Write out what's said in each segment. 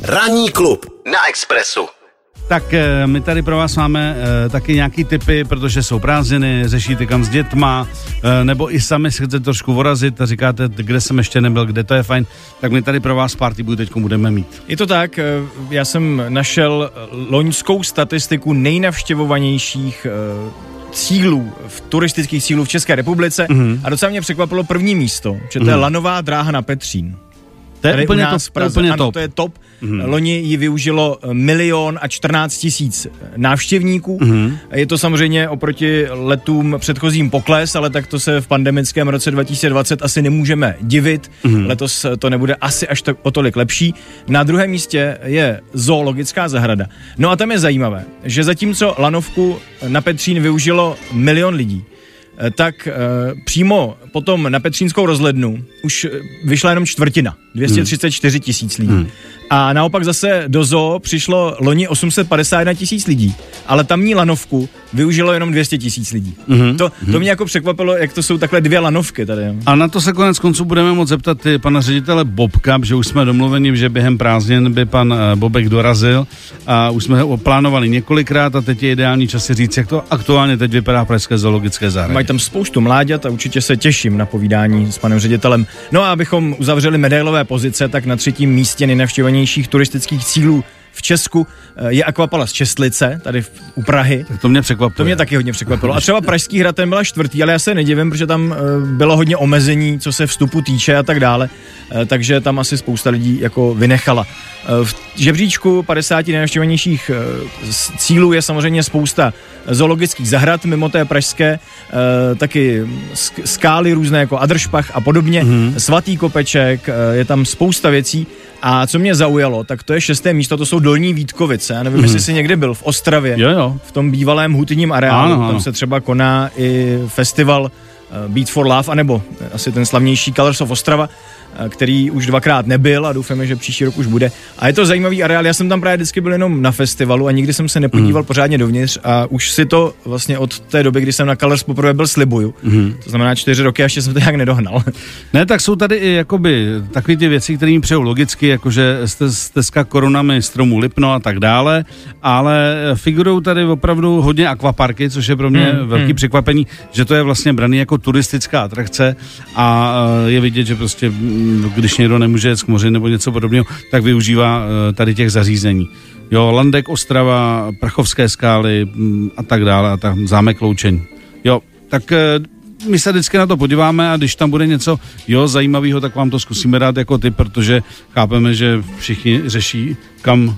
Ranní klub na Expressu. Tak my tady pro vás máme taky nějaký tipy, protože jsou prázdniny, řešíte kam s dětma, nebo i sami si chcete trošku vorazit a říkáte, kde jsem ještě nebyl, kde to je fajn, tak my tady pro vás pár tipů teďko budeme mít. Je to tak, já jsem našel loňskou statistiku nejnavštěvovanějších cílů, turistických cílů v České republice a docela mě překvapilo první místo, že to je Lanová dráha na Petřín. To je úplně top. To je top. Loni ji využilo 1 014 000 návštěvníků. Je to samozřejmě oproti letům předchozím pokles, ale tak to se v pandemickém roce 2020 asi nemůžeme divit. Letos to nebude asi až o tolik lepší. Na druhém místě je zoologická zahrada. No a tam je zajímavé, že zatímco lanovku na Petřín využilo 1 000 000 lidí, tak přímo potom na Petřínskou rozhlednu už vyšla jenom čtvrtina, 234 000 lidí. A naopak zase do zoo přišlo loni 851 000 lidí, ale tamní lanovku využilo jenom 200 000 lidí. To mě jako překvapilo, jak to jsou takhle 2 lanovky tady. A na to se konec konců budeme moct zeptat pana ředitele Bobka, že už jsme domluveni, že během prázdnin by pan Bobek dorazil a už jsme ho plánovali několikrát a teď je ideální čas si říct, jak to aktuálně teď vypadá v pražské zoologické zahradě. Mají tam spoustu mláďat a určitě se těším na povídání s panem ředitelem. No a abychom uzavřeli medailové pozice, tak na 3. místě nejnavštěvanějších turistických cílů v Česku je Aquapalace Čestlice, tady u Prahy. Tak to mě překvapilo. To mě taky hodně překvapilo. A třeba Pražský hrad, ten byla 4., ale já se nedivím, protože tam bylo hodně omezení, co se vstupu týče a tak dále. Takže tam asi spousta lidí jako vynechala. V žebříčku 50 nejnavštěvanějších cílů je samozřejmě spousta zoologických zahrad, mimo té pražské, taky skály různé jako Adršpach a podobně, Svatý Kopeček, je tam spousta věcí. A co mě zaujalo, tak to je 6. místo, to jsou Dolní Vítkovice. Já nevím, jestli jsi někdy byl v Ostravě, v tom bývalém hutním areálu. Ano. Tam se třeba koná i festival Beat for Love, anebo asi ten slavnější Colors of Ostrava, který už 2krát nebyl a doufáme, že příští rok už bude. A je to zajímavý areál, já jsem tam právě vždycky byl jenom na festivalu a nikdy jsem se nepodíval pořádně dovnitř a už si to vlastně od té doby, kdy jsem na Colors poprvé byl, slibuju. To znamená 4 roky a ještě jsem to nějak nedohnal. Ne, tak jsou tady i jakoby takové ty věci, které mi přejou logicky, jakože stezka korunami stromů Lipno a tak dále, ale figurují tady opravdu hodně akvaparky, což je pro mě velký překvapení, že to je vlastně braný jako turistická atrakce a je vidět, že prostě když někdo nemůže jet k moři nebo něco podobného, tak využívá tady těch zařízení. Jo, Landek, Ostrava, Prachovské skály a tak dále, a tak Zámek Loučeň. Jo, tak my se vždycky na to podíváme a když tam bude něco zajímavého, tak vám to zkusíme dát jako tip, protože chápeme, že všichni řeší kam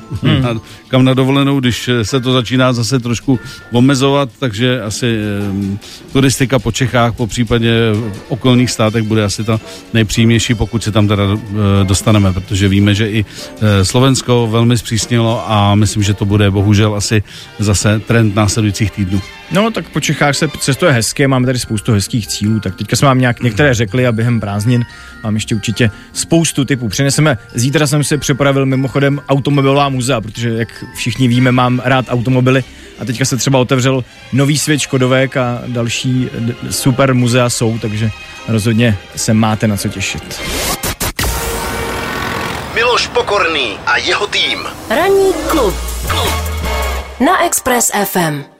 na dovolenou, když se to začíná zase trošku omezovat, takže asi turistika po Čechách, po případě v okolních státech bude asi ta nejpříjemnější, pokud se tam teda dostaneme, protože víme, že i Slovensko velmi zpřísnilo a myslím, že to bude bohužel asi zase trend následujících týdnů. No, tak po Čechách se cestuje hezky, máme tady spoustu hezkých cílů, tak teďka jsme vám některé řekli a během prázdnin mám ještě určitě spoustu typů. Přineseme, zítra jsem si připravil mimochodem automobilová muzea, protože jak všichni víme, mám rád automobily a teďka se třeba otevřel nový svět Škodovek a další super muzea jsou, takže rozhodně se máte na co těšit. Miloš Pokorný a jeho tým. Ranní klub na Express FM.